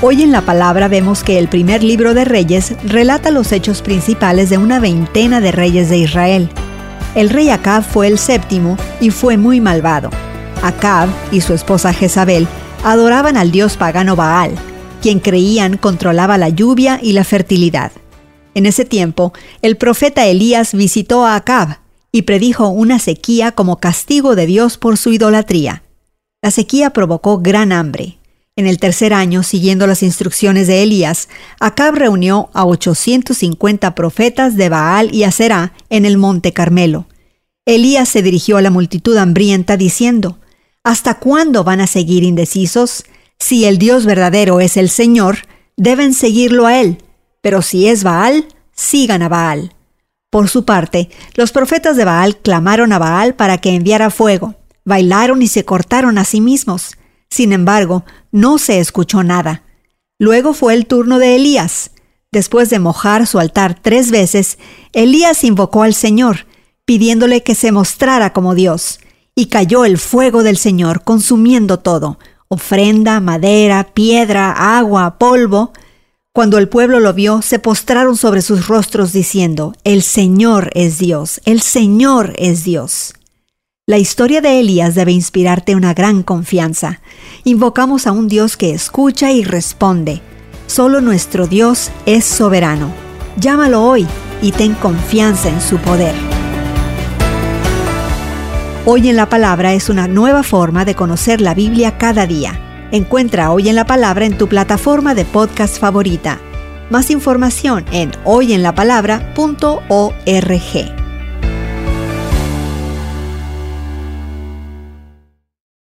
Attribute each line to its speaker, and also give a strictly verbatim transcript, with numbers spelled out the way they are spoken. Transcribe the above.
Speaker 1: Hoy en la palabra vemos que el primer libro de Reyes relata los hechos principales de una veintena de reyes de Israel. El rey Acab fue el séptimo y fue muy malvado. Acab y su esposa Jezabel adoraban al dios pagano Baal, quien creían controlaba la lluvia y la fertilidad. En ese tiempo, el profeta Elías visitó a Acab y predijo una sequía como castigo de Dios por su idolatría. La sequía provocó gran hambre. En el tercer año, siguiendo las instrucciones de Elías, Acab reunió a ochocientos cincuenta profetas de Baal y Aserá en el monte Carmelo. Elías se dirigió a la multitud hambrienta diciendo: ¿Hasta cuándo van a seguir indecisos? Si el Dios verdadero es el Señor, deben seguirlo a Él, pero si es Baal, sigan a Baal. Por su parte, los profetas de Baal clamaron a Baal para que enviara fuego, bailaron y se cortaron a sí mismos. Sin embargo, no se escuchó nada. Luego fue el turno de Elías. Después de mojar su altar tres veces, Elías invocó al Señor, pidiéndole que se mostrara como Dios, y cayó el fuego del Señor consumiendo todo, ofrenda, madera, piedra, agua, polvo. Cuando el pueblo lo vio, se postraron sobre sus rostros diciendo: El Señor es Dios, el Señor es Dios. La historia de Elías debe inspirarte una gran confianza. Invocamos a un Dios que escucha y responde. Solo nuestro Dios es soberano. Llámalo hoy y ten confianza en su poder. Hoy en la Palabra es una nueva forma de conocer la Biblia cada día. Encuentra Hoy en la Palabra en tu plataforma de podcast favorita. Más información en hoy en la palabra punto org.